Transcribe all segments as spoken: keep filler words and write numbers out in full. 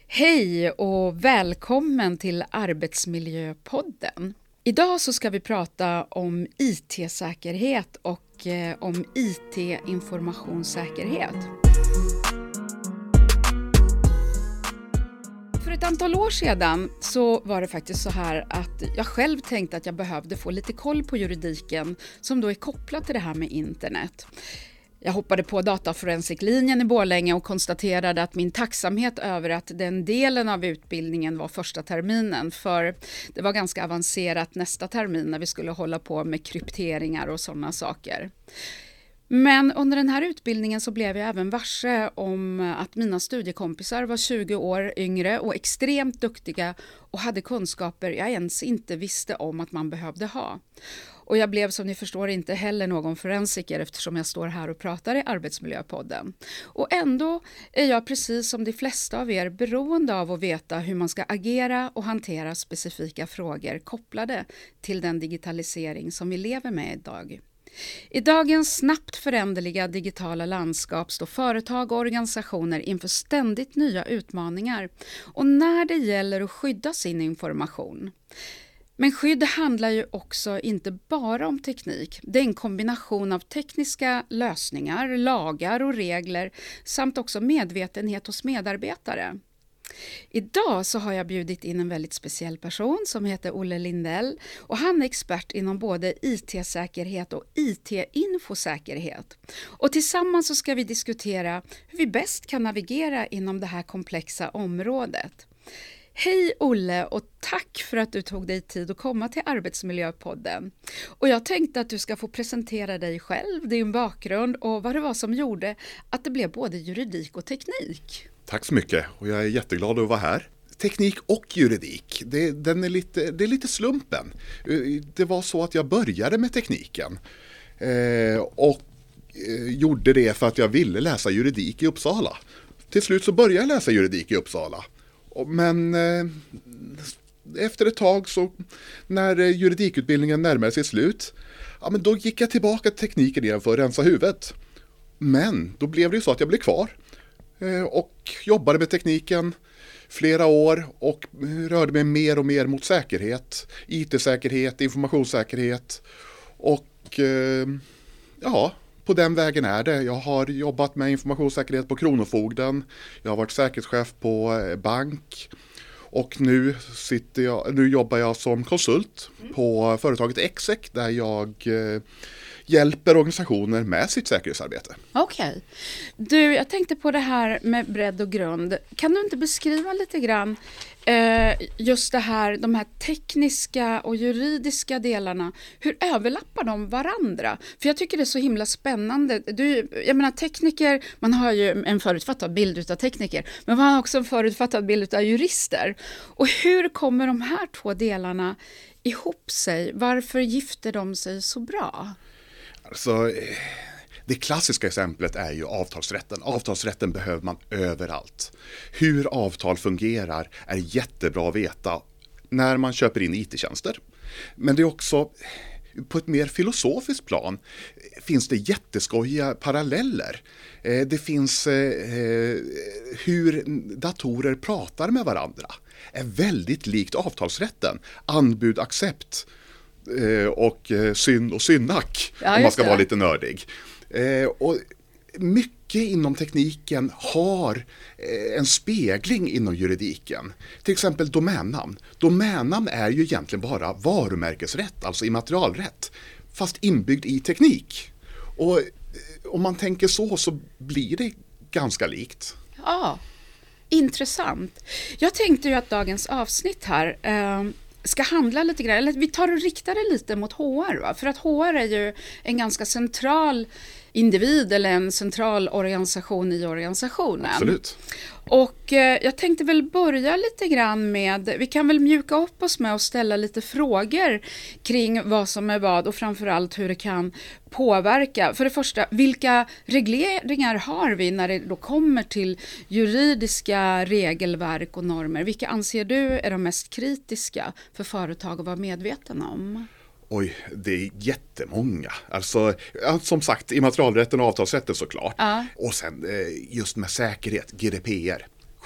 Hej och välkommen till Arbetsmiljöpodden. Idag så ska vi prata om I T-säkerhet och eh, om I T-informationssäkerhet. För ett antal år sedan så var det faktiskt så här att jag själv tänkte att jag behövde få lite koll på juridiken som då är kopplat till det här med internet. Jag hoppade på dataforensiklinjen i Borlänge och konstaterade att min tacksamhet över att den delen av utbildningen var första terminen, för det var ganska avancerat nästa termin när vi skulle hålla på med krypteringar och sådana saker. Men under den här utbildningen så blev jag även varse om att mina studiekompisar var tjugo år yngre och extremt duktiga och hade kunskaper jag ens inte visste om att man behövde ha. Och jag blev, som ni förstår, inte heller någon forensiker eftersom jag står här och pratar i Arbetsmiljöpodden. Och ändå är jag precis som de flesta av er beroende av att veta hur man ska agera och hantera specifika frågor kopplade till den digitalisering som vi lever med idag. I dagens snabbt föränderliga digitala landskap står företag och organisationer inför ständigt nya utmaningar och när det gäller att skydda sin information. Men skydd handlar ju också inte bara om teknik. Det är en kombination av tekniska lösningar, lagar och regler samt också medvetenhet hos medarbetare. Idag så har jag bjudit in en väldigt speciell person som heter Olle Lindell och han är expert inom både I T-säkerhet och I T-infosäkerhet. Och tillsammans så ska vi diskutera hur vi bäst kan navigera inom det här komplexa området. Hej Olle och tack för att du tog dig tid att komma till Arbetsmiljöpodden. Och jag tänkte att du ska få presentera dig själv, din bakgrund och vad det var som gjorde att det blev både juridik och teknik. Tack så mycket och jag är jätteglad att vara här. Teknik och juridik, det, den är lite, det är lite slumpen. Det var så att jag började med tekniken eh, och eh, gjorde det för att jag ville läsa juridik i Uppsala. Till slut så började jag läsa juridik i Uppsala. Men eh, efter ett tag så när juridikutbildningen närmade sig slut, ja, men då gick jag tillbaka till tekniken igen för att rensa huvudet. Men då blev det ju så att jag blev kvar eh, och jobbade med tekniken flera år och rörde mig mer och mer mot säkerhet, I T-säkerhet, informationssäkerhet och eh, ja... På den vägen är det. Jag har jobbat med informationssäkerhet på Kronofogden. Jag har varit säkerhetschef på bank. Och nu, sitter jag, nu jobbar jag som konsult på företaget Exec där jag eh, hjälper organisationer med sitt säkerhetsarbete. Okej. Okay. Du, jag tänkte på det här med bredd och grund. Kan du inte beskriva lite grann eh, just det här, de här tekniska och juridiska delarna? Hur överlappar de varandra? För jag tycker det är så himla spännande. Du, jag menar tekniker, man har ju en förutfattad bild av tekniker, men man har också en förutfattad bild av jurister. Och hur kommer de här två delarna ihop sig? Varför gifter de sig så bra? Alltså, det klassiska exemplet är ju avtalsrätten. Avtalsrätten behöver man överallt. Hur avtal fungerar är jättebra att veta när man köper in I T-tjänster. Men det är också på ett mer filosofiskt plan finns det jätteskojiga paralleller. Det finns hur datorer pratar med varandra. Är väldigt likt avtalsrätten. Anbud, accept. Och syn och synnack, ja, om man ska vara lite nördig. Och mycket inom tekniken har en spegling inom juridiken. Till exempel domännamn. Domännamn är ju egentligen bara varumärkesrätt, alltså immaterialrätt, fast inbyggd i teknik. Och om man tänker så så blir det ganska likt. Ja, intressant. Jag tänkte ju att dagens avsnitt här eh... ska handla lite grann, eller vi tar och riktar det lite mot H R, va? För att H R är ju en ganska central individ eller en central organisation i organisationen. Absolut. Och eh, jag tänkte väl börja lite grann med, vi kan väl mjuka upp oss med att ställa lite frågor kring vad som är vad och framförallt hur det kan påverka. För det första, vilka regleringar har vi när det då kommer till juridiska regelverk och normer? Vilka anser du är de mest kritiska för företag att vara medvetna om? Oj, det är jättemånga. Alltså, som sagt, immaterialrätten och avtalsrätten såklart. Ja. Och sen just med säkerhet, G D P R.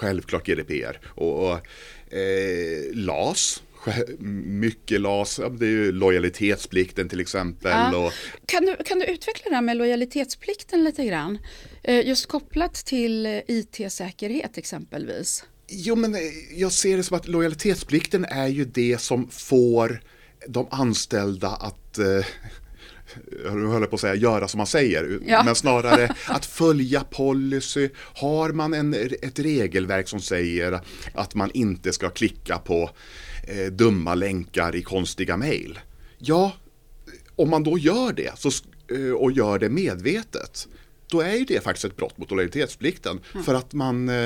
självklart G D P R. Och, och eh, L A S, mycket L A S, det är ju lojalitetsplikten till exempel. Ja. Och... Kan, du, kan du utveckla det här med lojalitetsplikten lite grann? Just kopplat till I T-säkerhet exempelvis. Jo, men jag ser det som att lojalitetsplikten är ju det som får de anställda att... Eh, jag höll på att säga göra som man säger, ja. Men snarare att följa policy. Har man en, ett regelverk som säger att man inte ska klicka på eh, dumma länkar i konstiga mejl. Ja, om man då gör det så, eh, och gör det medvetet, då är ju det faktiskt ett brott mot lojalitetsplikten. Mm. För att man... Eh,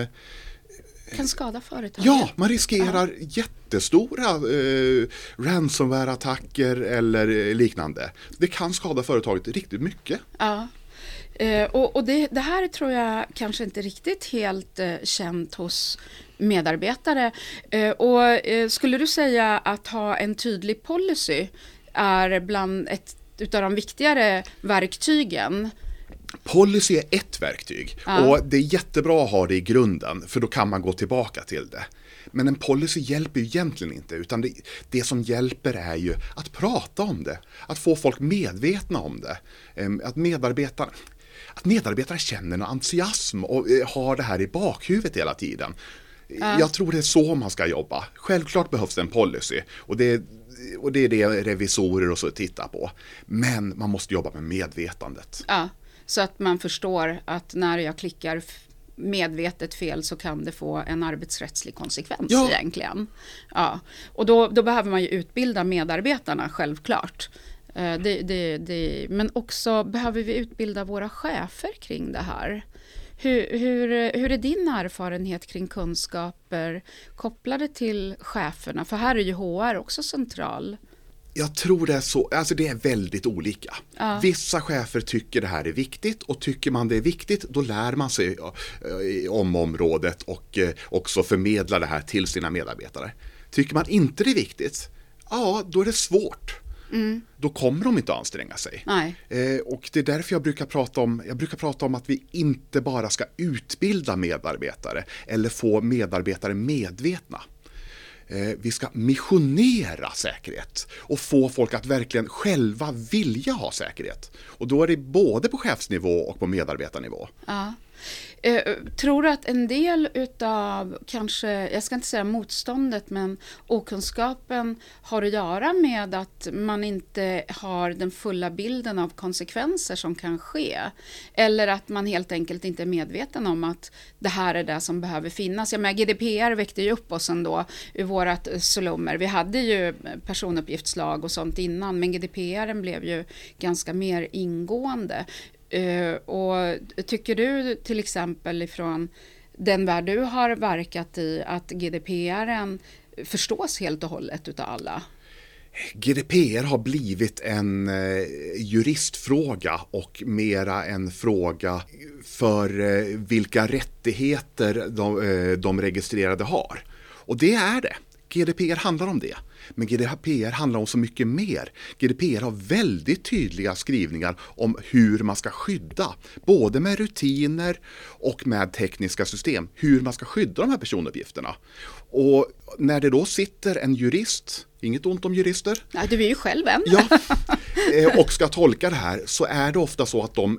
kan skada företaget. Ja, man riskerar ja. jättestora eh, ransomware-attacker eller liknande. Det kan skada företaget riktigt mycket. Ja, eh, och, och det, det här tror jag kanske inte riktigt helt eh, känt hos medarbetare. Eh, och eh, skulle du säga att ha en tydlig policy är bland ett utav de viktigare verktygen? Policy är ett verktyg ja. och det är jättebra att ha det i grunden, för då kan man gå tillbaka till det. Men en policy hjälper ju egentligen inte, utan det, det som hjälper är ju att prata om det, att få folk medvetna om det, att medarbetare, att medarbetare känner en entusiasm och har det här i bakhuvudet hela tiden. Ja. Jag tror det är så man ska jobba. Självklart behövs det en policy och det, och det är det revisorer och så tittar på. Men man måste jobba med medvetandet. Ja. Så att man förstår att när jag klickar medvetet fel så kan det få en arbetsrättslig konsekvens ja. egentligen. Ja. Och då, då behöver man ju utbilda medarbetarna självklart. Det, det, det, men också behöver vi utbilda våra chefer kring det här. Hur, hur, hur är din erfarenhet kring kunskaper kopplade till cheferna? För här är ju H R också central. Jag tror det är så, alltså det är väldigt olika. Ja. Vissa chefer tycker det här är viktigt och tycker man det är viktigt, då lär man sig om området och också förmedlar det här till sina medarbetare. Tycker man inte det är viktigt, ja då är det svårt. Mm. Då kommer de inte att anstränga sig. Nej. Eh, och det är därför jag brukar prata om jag brukar prata om att vi inte bara ska utbilda medarbetare eller få medarbetare medvetna. Vi ska missionera säkerhet och få folk att verkligen själva vilja ha säkerhet. Och då är det både på chefsnivå och på medarbetarnivå. Ja. Eh, tror du att en del utav, kanske, jag ska inte säga motståndet, men okunskapen har att göra med att man inte har den fulla bilden av konsekvenser som kan ske? Eller att man helt enkelt inte är medveten om att det här är det som behöver finnas? Jag menar, G D P R väckte ju upp oss ändå ur vårat slummer. Vi hade ju personuppgiftslag och sånt innan, men G D P R blev ju ganska mer ingående. Uh, och tycker du till exempel ifrån den värld du har verkat i att G D P R förstås helt och hållet utav alla? G D P R har blivit en eh, juristfråga och mera en fråga för eh, vilka rättigheter de, eh, de registrerade har. Och det är det. G D P R handlar om det. Men G D P R handlar om så mycket mer. G D P R har väldigt tydliga skrivningar om hur man ska skydda, både med rutiner och med tekniska system, hur man ska skydda de här personuppgifterna. Och när det då sitter en jurist, inget ont om jurister. Nej, du är ju själv en. Ja, och ska tolka det här, så är det ofta så att de,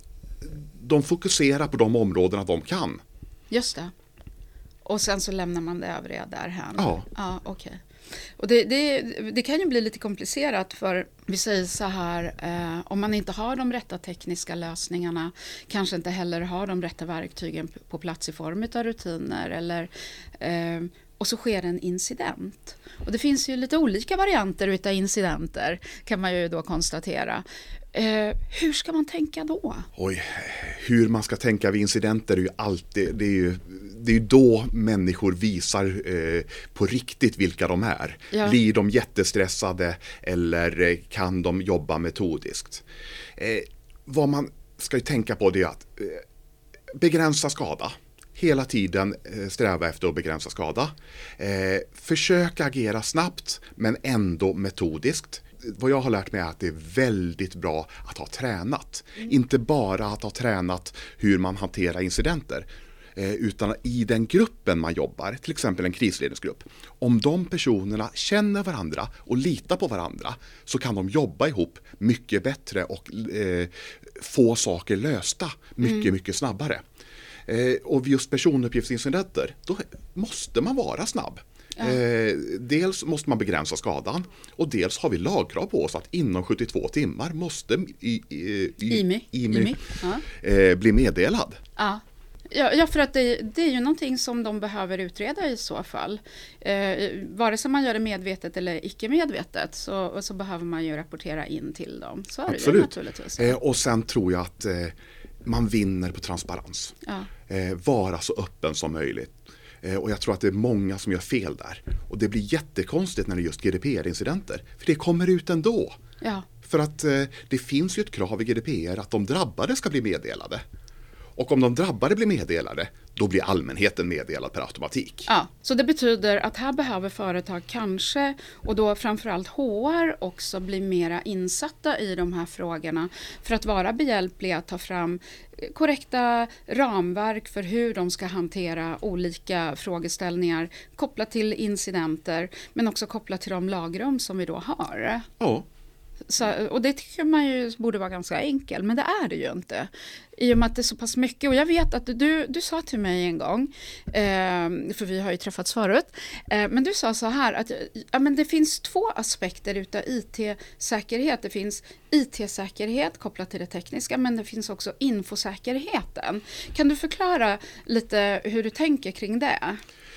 de fokuserar på de områdena de kan. Just det. Och sen så lämnar man det övriga därhän. Ja. Ja, okej. Okay. Och det, det, det kan ju bli lite komplicerat, för vi säger så här, eh, om man inte har de rätta tekniska lösningarna, kanske inte heller har de rätta verktygen på plats i form av rutiner, eller, eh, och så sker en incident. Och det finns ju lite olika varianter utav incidenter, kan man ju då konstatera. Eh, hur ska man tänka då? Oj, hur man ska tänka vid incidenter är ju alltid, det är ju, det är ju då människor visar eh, på riktigt vilka de är. Ja. Blir de jättestressade eller kan de jobba metodiskt? Eh, vad man ska ju tänka på, det är att eh, begränsa skada. Hela tiden eh, sträva efter att begränsa skada. Eh, försöka agera snabbt men ändå metodiskt. Vad jag har lärt mig är att det är väldigt bra att ha tränat. Mm. Inte bara att ha tränat hur man hanterar incidenter. eh, utan i den gruppen man jobbar, till exempel en krisledningsgrupp. Om de personerna känner varandra och litar på varandra så kan de jobba ihop mycket bättre och eh, få saker lösta mycket, mm. mycket snabbare. Eh, och vid just personuppgiftsincidenter, då måste man vara snabb. Ja. Eh, dels måste man begränsa skadan och dels har vi lagkrav på oss att inom sjuttiotvå timmar måste i, i, i, I M I, I M I, I M I. Ja. Eh, bli meddelad. Ja. Ja, ja, för att det, det är ju någonting som de behöver utreda i så fall. Eh, vare sig man gör det medvetet eller icke medvetet så, så behöver man ju rapportera in till dem. Så är Absolut. Det ju naturligtvis. Eh, och sen tror jag att eh, man vinner på transparens. Ja. Eh, vara så öppen som möjligt. Eh, och jag tror att det är många som gör fel där. Och det blir jättekonstigt när det är just G D P R-incidenter. För det kommer ut ändå. Ja. För att eh, det finns ju ett krav i G D P R att de drabbade ska bli meddelade. Och om de drabbade blir meddelade, då blir allmänheten meddelad per automatik. Ja, så det betyder att här behöver företag kanske, och då framförallt H R också, bli mera insatta i de här frågorna för att vara behjälpliga att ta fram korrekta ramverk för hur de ska hantera olika frågeställningar kopplat till incidenter, men också kopplat till de lagrum som vi då har. Ja. Så, och det tycker man ju borde vara ganska enkelt, men det är det ju inte. I och med att det är så pass mycket. Och jag vet att du, du sa till mig en gång, eh, för vi har ju träffats förut, eh, men du sa så här att ja, men det finns två aspekter utav I T-säkerhet. Det finns I T-säkerhet kopplat till det tekniska, men det finns också infosäkerheten. Kan du förklara lite hur du tänker kring det?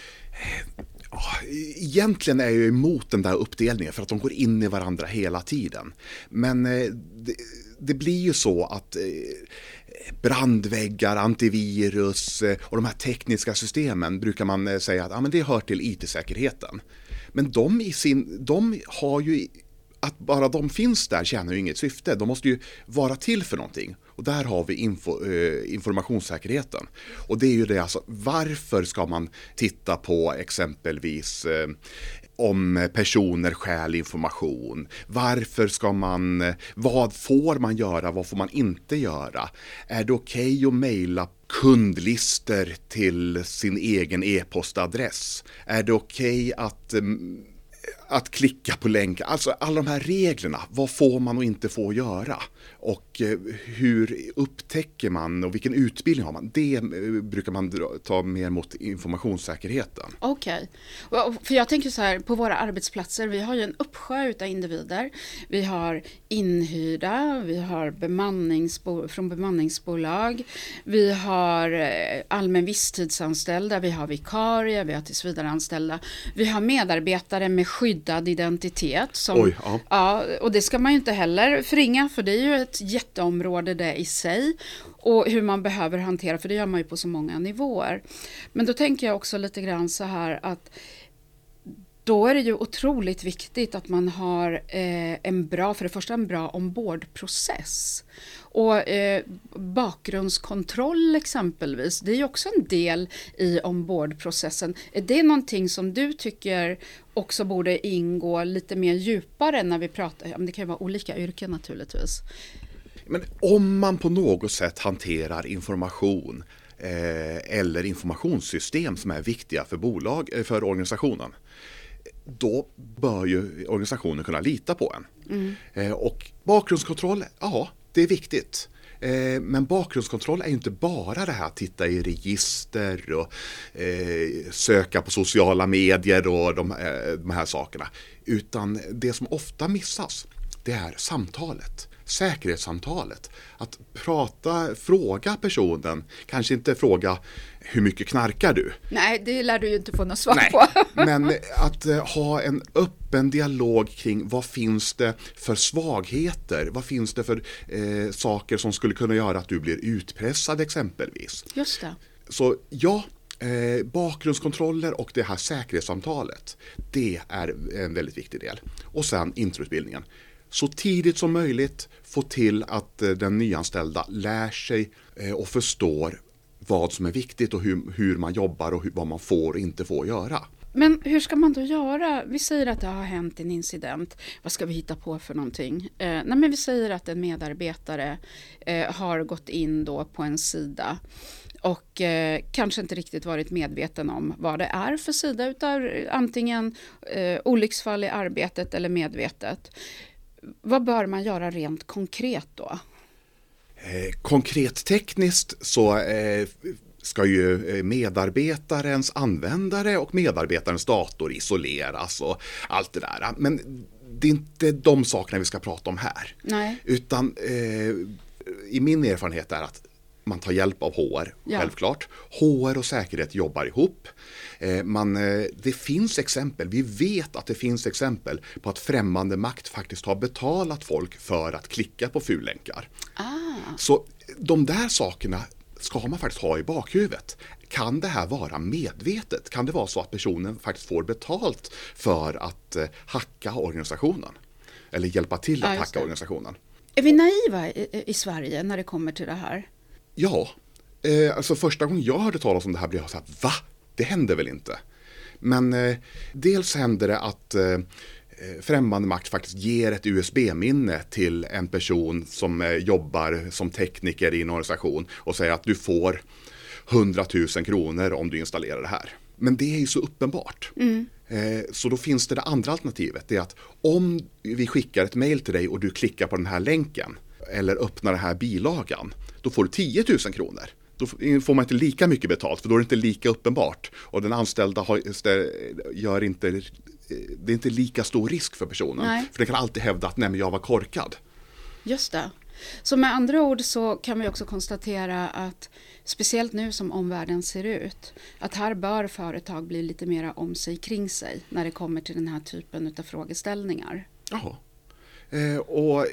Egentligen är jag emot den där uppdelningen för att de går in i varandra hela tiden. Men det, det blir ju så att brandväggar, antivirus och de här tekniska systemen brukar man säga att ja, men det hör till I T-säkerheten. Men de, i sin, de har ju, att bara de finns där tjänar ju inget syfte. De måste ju vara till för någonting. Och där har vi info, eh, informationssäkerheten. Och det är ju det, alltså, varför ska man titta på exempelvis eh, om personer stjäl information? Varför ska man, eh, vad får man göra, vad får man inte göra? Är det okej okay att mejla kundlister till sin egen e-postadress? Är det okej okay att eh, att klicka på länkar, alltså alla de här reglerna, vad får man och inte får göra och eh, hur upptäcker man och vilken utbildning har man, det eh, brukar man dra, ta mer mot informationssäkerheten. Okej, okay. För jag tänker så här, på våra arbetsplatser, vi har ju en uppsjö utav individer, vi har inhyrda, vi har bemanningsbo- från bemanningsbolag, vi har eh, allmän visstidsanställda, vi har vikarier, vi har tillsvidareanställda, vi har medarbetare med skyddad identitet. Som, Oj, ja. Ja, och det ska man ju inte heller förringa, för det är ju ett jätteområde det i sig. Och hur man behöver hantera, för det gör man ju på så många nivåer. Men då tänker jag också lite grann så här att då är det ju otroligt viktigt att man har eh, en bra, för det första en bra ombordprocess. Och eh, bakgrundskontroll exempelvis, det är ju också en del i ombordprocessen. Är det någonting som du tycker också borde ingå lite mer djupare när vi pratar, det kan ju vara olika yrken naturligtvis. Men om man på något sätt hanterar information eh, eller informationssystem som är viktiga för bolag, för organisationen, då bör ju organisationen kunna lita på en. Mm. Eh, och bakgrundskontroll, ja, det är viktigt. Eh, men bakgrundskontroll är ju inte bara det här att titta i register och eh, söka på sociala medier och de, eh, de här sakerna. Utan det som ofta missas, det är samtalet. Säkerhetssamtalet. Att prata, fråga personen, kanske inte fråga hur mycket knarkar du? Nej, det lär du ju inte få något svar Nej, på. Men att uh, ha en öppen dialog kring vad finns det för svagheter? Vad finns det för uh, saker som skulle kunna göra att du blir utpressad exempelvis? Just det. Så ja, eh, bakgrundskontroller och det här säkerhetssamtalet, det är en väldigt viktig del. Och sen introutbildningen. Så tidigt som möjligt få till att den nyanställda lär sig och förstår vad som är viktigt och hur, hur man jobbar och hur, vad man får och inte får göra. Men hur ska man då göra? Vi säger att det har hänt en incident. Vad ska vi hitta på för någonting? Eh, nej men vi säger att en medarbetare eh, har gått in då på en sida och eh, kanske inte riktigt varit medveten om vad det är för sida utav antingen eh, olycksfall i arbetet eller medvetet. Vad bör man göra rent konkret då? Eh, konkret tekniskt så eh, ska ju medarbetarens användare och medarbetarens dator isoleras och allt det där. Men det är inte de sakerna vi ska prata om här. Nej. Utan eh, i min erfarenhet är att man tar hjälp av H R, ja. självklart. H R och säkerhet jobbar ihop. Eh, man, eh, det finns exempel, vi vet att det finns exempel på att främmande makt faktiskt har betalat folk för att klicka på fullänkar. Ah. Så de där sakerna ska man faktiskt ha i bakhuvudet. Kan det här vara medvetet? Kan det vara så att personen faktiskt får betalt för att eh, hacka organisationen? Eller hjälpa till att ja, hacka organisationen? Är vi naiva i, i Sverige när det kommer till det här? Ja, eh, alltså första gången jag hörde talas om det här blev jag så här, va? Det händer väl inte? Men eh, dels händer det att eh, främmande makt faktiskt ger ett U S B-minne till en person som eh, jobbar som tekniker i en organisation och säger att du får hundratusen kronor om du installerar det här. Men det är ju så uppenbart. Mm. Eh, så då finns det det andra alternativet. Det är att om vi skickar ett mejl till dig och du klickar på den här länken eller öppnar den här bilagan, då får du tio tusen kronor. Då får man inte lika mycket betalt, för då är det inte lika uppenbart. Och den anställda har, gör inte, det är inte lika stor risk för personen. Nej. För den kan alltid hävda att nej, men jag var korkad. Just det. Så med andra ord så kan vi också konstatera att speciellt nu som omvärlden ser ut, att här bör företag bli lite mer om sig kring sig när det kommer till den här typen av frågeställningar. Ja, eh, och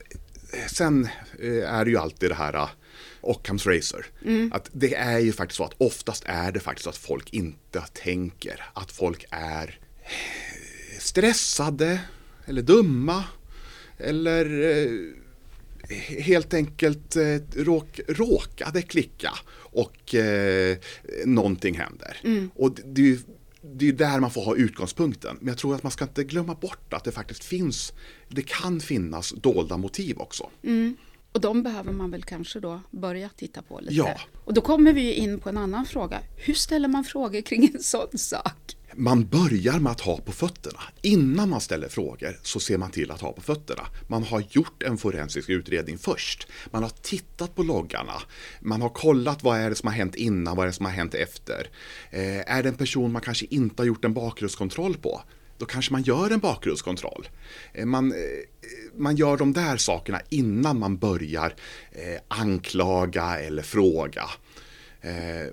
sen eh, är det ju alltid det här Occam's razor. Mm. Att det är ju faktiskt så att oftast är det faktiskt så att folk inte tänker. Att folk är stressade eller dumma eller eh, helt enkelt eh, råk, råkade klicka och eh, någonting händer. Mm. Och det, det är ju det är där man får ha utgångspunkten. Men jag tror att man ska inte glömma bort att det faktiskt finns, det kan finnas dolda motiv också. Mm. Och de behöver man väl kanske då börja titta på lite. Ja. Och då kommer vi in på en annan fråga. Hur ställer man frågor kring en sån sak? Man börjar med att ha på fötterna. Innan man ställer frågor så ser man till att ha på fötterna. Man har gjort en forensisk utredning först. Man har tittat på loggarna. Man har kollat vad är det som har hänt innan, vad är det som har hänt efter. Eh, är det en person man kanske inte har gjort en bakgrundskontroll på? Då kanske man gör en bakgrundskontroll. Eh, man, eh, man gör de där sakerna innan man börjar eh, anklaga eller fråga. Eh,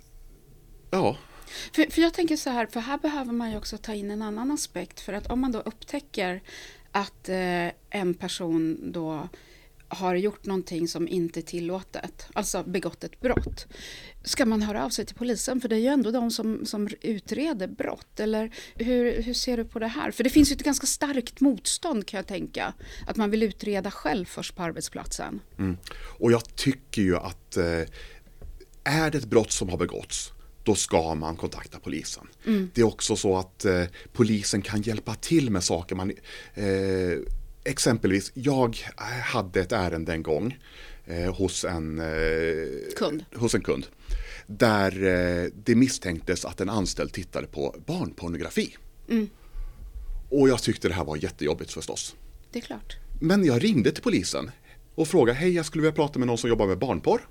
ja... För, för jag tänker så här, för här behöver man ju också ta in en annan aspekt. För att om man då upptäcker att eh, en person då har gjort någonting som inte är tillåtet, alltså begått ett brott, ska man höra av sig till polisen? För det är ju ändå de som, som utreder brott. Eller hur, hur ser du på det här? För det finns ju ett ganska starkt motstånd, kan jag tänka, att man vill utreda själv först på arbetsplatsen. Mm. Och jag tycker ju att eh, är det ett brott som har begåtts, då ska man kontakta polisen. Mm. Det är också så att eh, polisen kan hjälpa till med saker. Man, eh, exempelvis, jag hade ett ärende en gång eh, hos, en, eh, kund. hos en kund. Där eh, det misstänktes att en anställd tittade på barnpornografi. Mm. Och jag tyckte det här var jättejobbigt förstås. Det är klart. Men jag ringde till polisen och frågade, hej, jag skulle vilja prata med någon som jobbar med barnporr.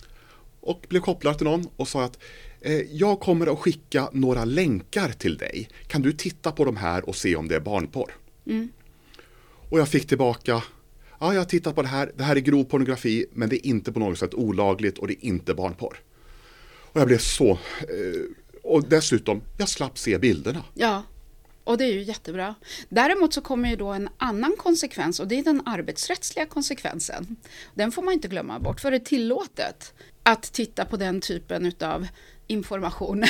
Och blev kopplad till någon och sa att eh, jag kommer att skicka några länkar till dig. Kan du titta på de här och se om det är barnporr? Mm. Och jag fick tillbaka, ja, jag har tittat på det här. Det här är grov pornografi, men det är inte på något sätt olagligt och det är inte barnporr. Och jag blev så... Eh, och dessutom, jag slapp se bilderna. Ja, och det är ju jättebra. Däremot så kommer ju då en annan konsekvens, och det är den arbetsrättsliga konsekvensen. Den får man inte glömma bort, för det är tillåtet att titta på den typen av information.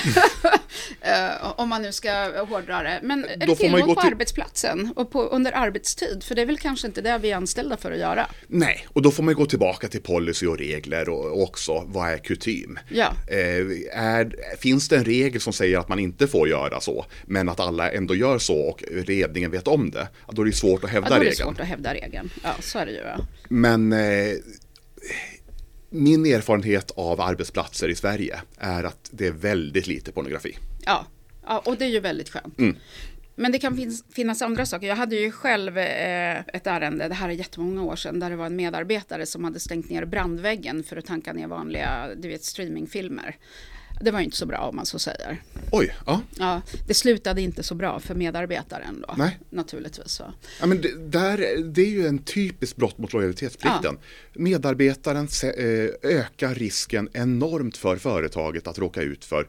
Om man nu ska hårdra det. Men är det tillåt på till... arbetsplatsen och på, under arbetstid? För det är väl kanske inte det vi är anställda för att göra. Nej, och då får man gå tillbaka till policy och regler och också vad är kutym. Ja. Eh, är, finns det en regel som säger att man inte får göra så, men att alla ändå gör så och ledningen vet om det, då är det svårt att hävda regeln. Ja, då är det svårt att hävda regeln. Ja, så är det ju. Ja. Men... Eh, min erfarenhet av arbetsplatser i Sverige är att det är väldigt lite pornografi. Ja, ja och det är ju väldigt skönt. Mm. Men det kan finnas, finnas andra saker. Jag hade ju själv eh, ett ärende, det här är jättemånga år sedan, där det var en medarbetare som hade stängt ner brandväggen för att tanka ner vanliga, du vet, streamingfilmer. Det var ju inte så bra om man så säger. Oj, ja. Ja, det slutade inte så bra för medarbetaren då. Nej. Naturligtvis. Så. Ja, men det, där, det är ju en typisk brott mot lojalitetsplikten. Ja. Medarbetaren se, eh, ökar risken enormt för företaget att råka ut för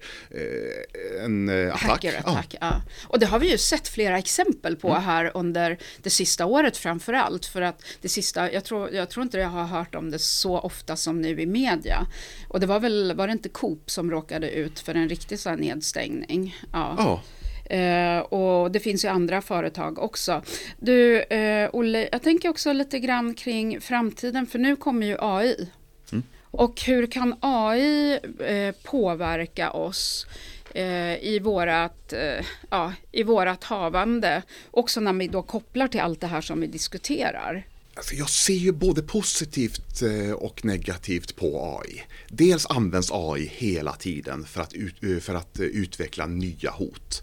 eh, en eh, attack. Hackerattack, ja. Ja. Och det har vi ju sett flera exempel på mm. här under det sista året framför allt. För att det sista, jag tror, jag tror inte jag har hört om det så ofta som nu i media. Och det var väl, var det inte Coop som råkade ut för en riktig så här nedstängning. Ja. Ja. Eh, och det finns ju andra företag också. Du, eh, Olle, jag tänker också lite grann kring framtiden, för nu kommer ju A I. Mm. Och hur kan A I eh, påverka oss eh, i vårat, eh, ja, i vårat havande, också när vi då kopplar till allt det här som vi diskuterar? Alltså jag ser ju både positivt och negativt på A I. Dels används A I hela tiden för att, ut, för att utveckla nya hot.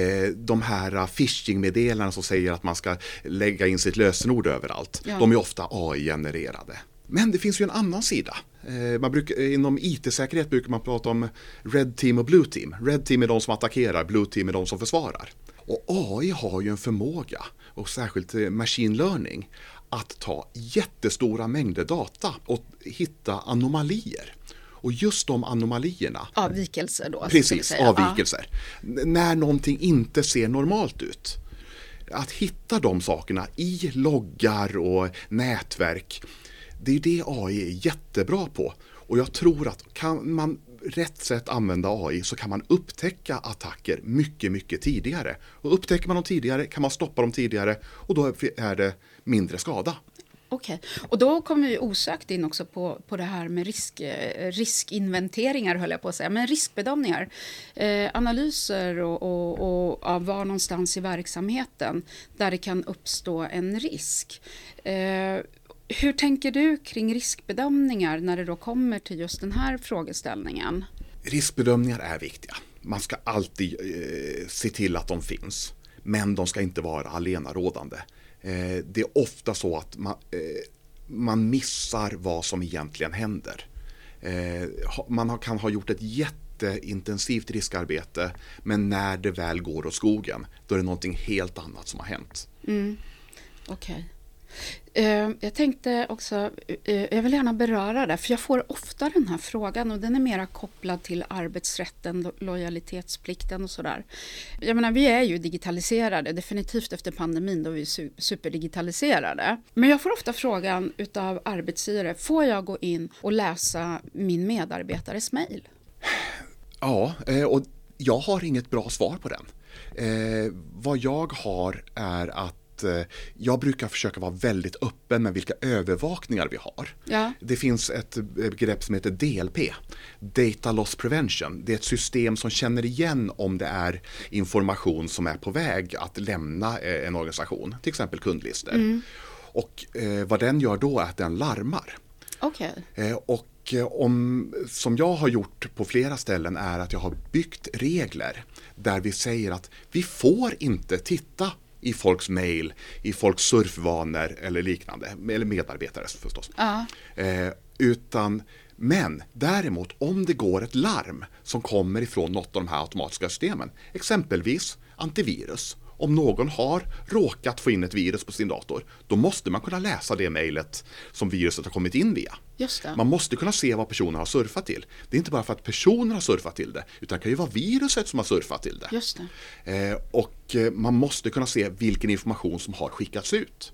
De här phishing-meddelarna som säger att man ska lägga in sitt lösenord överallt, ja. De är ofta A I-genererade. Men det finns ju en annan sida. Man brukar, inom I T-säkerhet brukar man prata om Red Team och Blue Team. Red Team är de som attackerar, Blue Team är de som försvarar. Och A I har ju en förmåga, och särskilt machine learning, att ta jättestora mängder data och hitta anomalier. Och just de anomalierna... Avvikelser då? Precis, avvikelser. Ja. När någonting inte ser normalt ut. Att hitta de sakerna i loggar och nätverk, det är det A I är jättebra på. Och jag tror att kan man rätt sätt använda A I så kan man upptäcka attacker mycket, mycket tidigare. Och upptäcker man dem tidigare kan man stoppa dem tidigare, och då är det mindre skada. Okej, okay. Och då kommer vi osökt in också på, på det här med risk, riskinventeringar, höll jag på att säga, men riskbedömningar, eh, analyser och, och, och av var någonstans i verksamheten där det kan uppstå en risk. Eh, hur tänker du kring riskbedömningar när det då kommer till just den här frågeställningen? Riskbedömningar är viktiga. Man ska alltid eh, se till att de finns, men de ska inte vara allenarådande. Eh, det är ofta så att man, eh, man missar vad som egentligen händer. Eh, man har, kan ha gjort ett jätteintensivt riskarbete, men när det väl går åt skogen, då är det någonting helt annat som har hänt. Mm. Okej. Okay. Uh, jag tänkte också, uh, jag vill gärna beröra det, för jag får ofta den här frågan, och den är mera kopplad till arbetsrätten, lo- lojalitetsplikten och sådär. Jag menar, vi är ju digitaliserade, definitivt efter pandemin då vi är su- superdigitaliserade. Men jag får ofta frågan utav arbetsgivare, får jag gå in och läsa min medarbetares mejl? Ja, och jag har inget bra svar på den. Eh, vad jag har är att jag brukar försöka vara väldigt öppen med vilka övervakningar vi har. Ja. Det finns ett begrepp som heter D L P, Data Loss Prevention. Det är ett system som känner igen om det är information som är på väg att lämna en organisation, till exempel kundlistor. Mm. Och eh, vad den gör då är att den larmar. Okay. Eh, och om, som jag har gjort på flera ställen är att jag har byggt regler där vi säger att vi får inte titta i folks mejl, i folks surfvanor eller liknande, eller medarbetare förstås. Ja. Eh, utan, men däremot om det går ett larm som kommer ifrån något av de här automatiska systemen, exempelvis antivirus. Om någon har råkat få in ett virus på sin dator, då måste man kunna läsa det mejlet som viruset har kommit in via. Just det. Man måste kunna se vad personen har surfat till. Det är inte bara för att personen har surfat till det, utan det kan ju vara viruset som har surfat till det. Just det. Eh, och man måste kunna se vilken information som har skickats ut.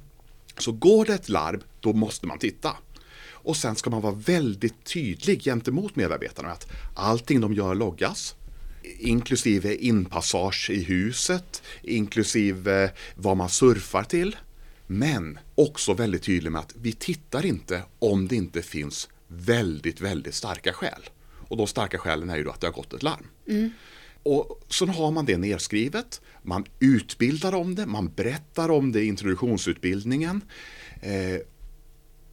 Så går det ett larm, då måste man titta. Och sen ska man vara väldigt tydlig gentemot medarbetarna att allting de gör loggas, inklusive inpassage i huset, inklusive vad man surfar till. Men också väldigt tydlig med att vi tittar inte om det inte finns väldigt, väldigt starka skäl. Och de starka skälen är ju då att det har gått ett larm. Mm. Och så har man det nedskrivet, man utbildar om det, man berättar om det i introduktionsutbildningen. Eh,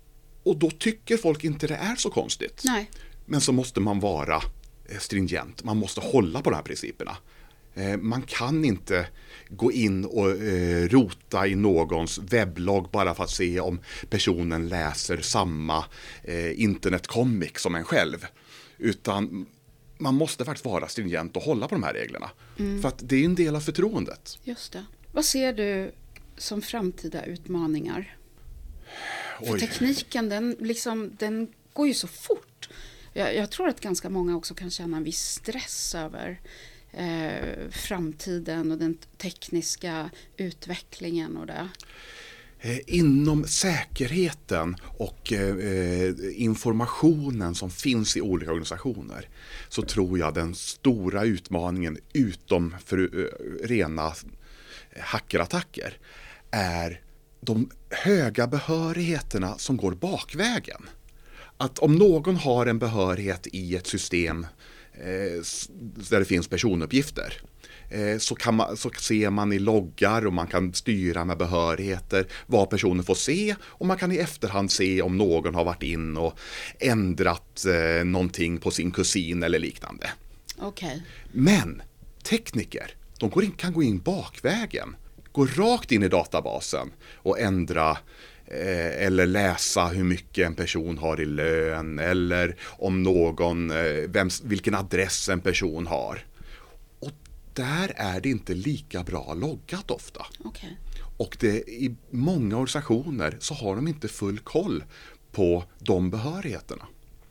Och då tycker folk inte det är så konstigt. Nej. Men så måste man vara stringent. Man måste hålla på de här principerna. Man kan inte gå in och rota i någons webblogg bara för att se om personen läser samma internetcomic som en själv. Utan man måste faktiskt vara stringent och hålla på de här reglerna. Mm. För att det är en del av förtroendet. Just det. Vad ser du som framtida utmaningar? För Oj. tekniken, den, liksom, den går ju så fort. Jag, jag tror att ganska många också kan känna en viss stress över eh, framtiden och den tekniska utvecklingen och det. Inom säkerheten och eh, informationen som finns i olika organisationer så tror jag den stora utmaningen utom för eh, rena hackerattacker är de höga behörigheterna som går bakvägen. Att om någon har en behörighet i ett system eh, där det finns personuppgifter eh, så, kan man, så ser man i loggar och man kan styra med behörigheter vad personen får se och man kan i efterhand se om någon har varit in och ändrat eh, någonting på sin kusin eller liknande. Okay. Men tekniker, de går in, kan gå in bakvägen. Gå rakt in i databasen och ändra eh, eller läsa hur mycket en person har i lön eller om någon, eh, vems, vilken adress en person har. Och där är det inte lika bra loggat ofta. Okay. Och det, i många organisationer så har de inte full koll på de behörigheterna.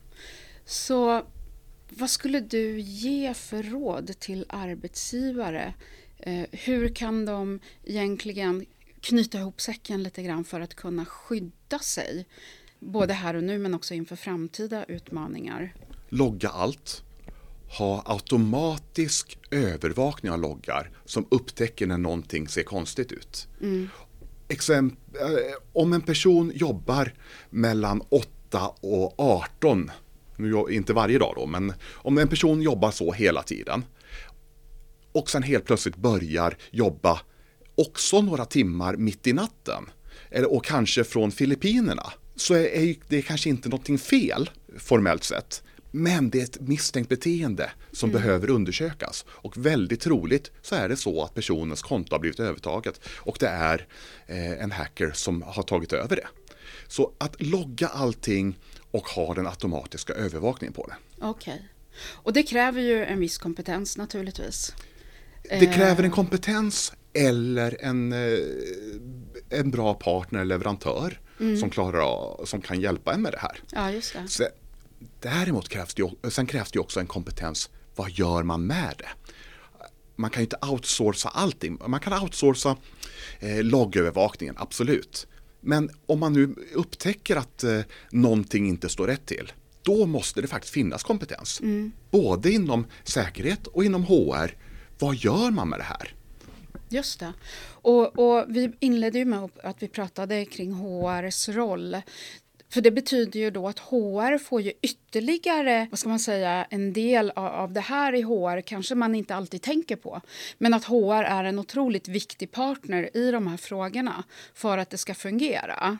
Så vad skulle du ge för råd till arbetsgivare? Eh, hur kan de egentligen knyta ihop säcken lite grann för att kunna skydda sig? Både här och nu men också inför framtida utmaningar. Logga allt. Ha automatisk övervakning av loggar som upptäcker när någonting ser konstigt ut. Mm. Exempel, om en person jobbar mellan åtta och arton, nu inte varje dag då, men om en person jobbar så hela tiden och sen helt plötsligt börjar jobba också några timmar mitt i natten eller, och kanske från Filippinerna, så är, är det kanske inte någonting fel formellt sett. Men det är ett misstänkt beteende som mm. behöver undersökas. Och väldigt troligt så är det så att personens konto har blivit övertaget. Och det är eh, en hacker som har tagit över det. Så att logga allting och ha den automatiska övervakningen på det. Okej. Okay. Och det kräver ju en viss kompetens naturligtvis. Det kräver en kompetens eller en, eh, en bra partner eller leverantör mm. som, klarar av, som kan hjälpa en med det här. Ja, just det. Så, däremot krävs det ju, sen krävs det också en kompetens. Vad gör man med det? Man kan ju inte outsourca allting. Man kan outsourca eh, loggövervakningen, absolut. Men om man nu upptäcker att eh, någonting inte står rätt till, då måste det faktiskt finnas kompetens. Mm. Både inom säkerhet och inom H R. Vad gör man med det här? Just det. Och, och vi inledde ju med att vi pratade kring H R:s roll. För det betyder ju då att H R får ju ytterligare, vad ska man säga, en del av, av det här i H R kanske man inte alltid tänker på. Men att H R är en otroligt viktig partner i de här frågorna för att det ska fungera.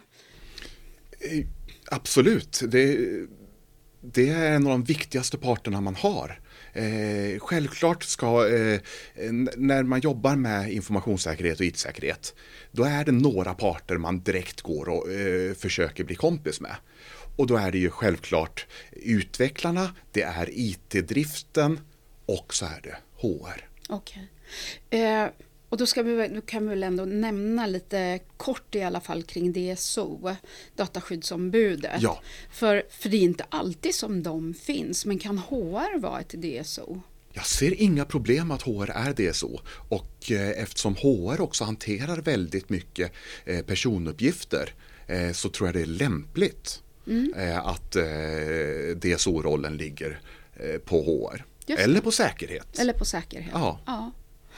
Absolut. Det, det är en av de viktigaste parterna man har. Eh, självklart ska, eh, när man jobbar med informationssäkerhet och I T-säkerhet, då är det några parter man direkt går och eh, försöker bli kompis med. Och då är det ju självklart utvecklarna, det är I T-driften och så är det H R. Okej. Okay. Eh, och då, ska vi, då kan vi väl ändå nämna lite kort i alla fall kring D S O, dataskyddsombudet. Ja. För, för det är inte alltid som de finns, men kan H R vara ett D S O? Jag ser inga problem att H R är D S O och eh, eftersom H R också hanterar väldigt mycket eh, personuppgifter eh, så tror jag det är lämpligt mm. eh, att eh, D S O-rollen ligger eh, på H R. Just Eller det. på säkerhet. Eller på säkerhet. Ja. Ja.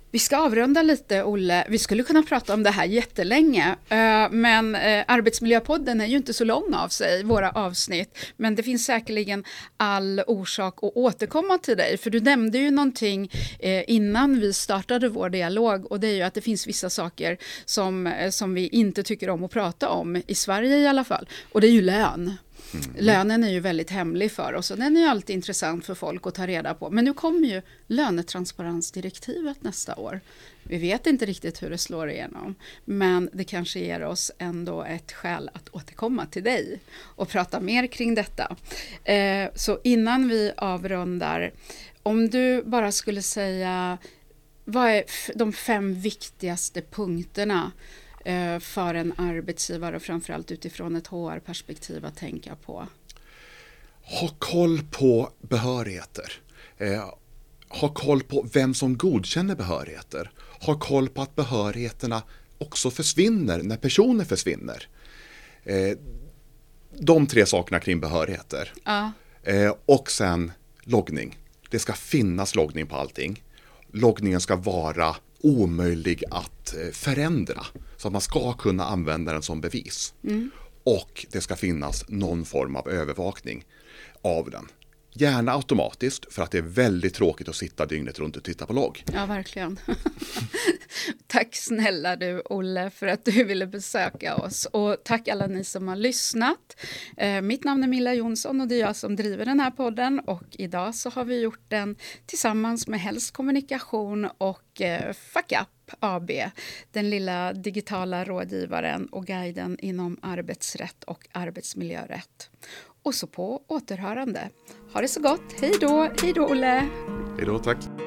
Vi ska avrunda lite, Olle. Vi skulle kunna prata om det här jättelänge, men Arbetsmiljöpodden är ju inte så lång av sig, våra avsnitt. Men det finns säkerligen all orsak att återkomma till dig, för du nämnde ju någonting innan vi startade vår dialog, och det är ju att det finns vissa saker som, som vi inte tycker om att prata om, i Sverige i alla fall, och det är ju lön. Mm. Lönen är ju väldigt hemlig för oss och den är ju alltid intressant för folk att ta reda på. Men nu kommer ju lönetransparensdirektivet nästa år. Vi vet inte riktigt hur det slår igenom, men det kanske ger oss ändå ett skäl att återkomma till dig och prata mer kring detta. Eh, så innan vi avrundar, om du bara skulle säga, vad är de fem viktigaste punkterna för en arbetsgivare och framförallt utifrån ett H R-perspektiv att tänka på? Ha koll på behörigheter. Eh, ha koll på vem som godkänner behörigheter. Ha koll på att behörigheterna också försvinner när personer försvinner. Eh, de tre sakerna kring behörigheter. Ja. Eh, och sen loggning. Det ska finnas loggning på allting. Loggningen ska vara omöjlig att förändra, så att man ska kunna använda den som bevis. Mm. Och det ska finnas någon form av övervakning av den. Gärna automatiskt, för att det är väldigt tråkigt att sitta dygnet runt och titta på logg. Ja, verkligen. Tack snälla du, Olle, för att du ville besöka oss. Och tack alla ni som har lyssnat. Eh, mitt namn är Milla Jonsson och det är jag som driver den här podden. Och idag så har vi gjort den tillsammans med Helst Kommunikation och eh, Fuck Up A B. Den lilla digitala rådgivaren och guiden inom arbetsrätt och arbetsmiljörätt. Och så på återhörande. Ha det så gott. Hej då, hej då Olle. Hej då, tack.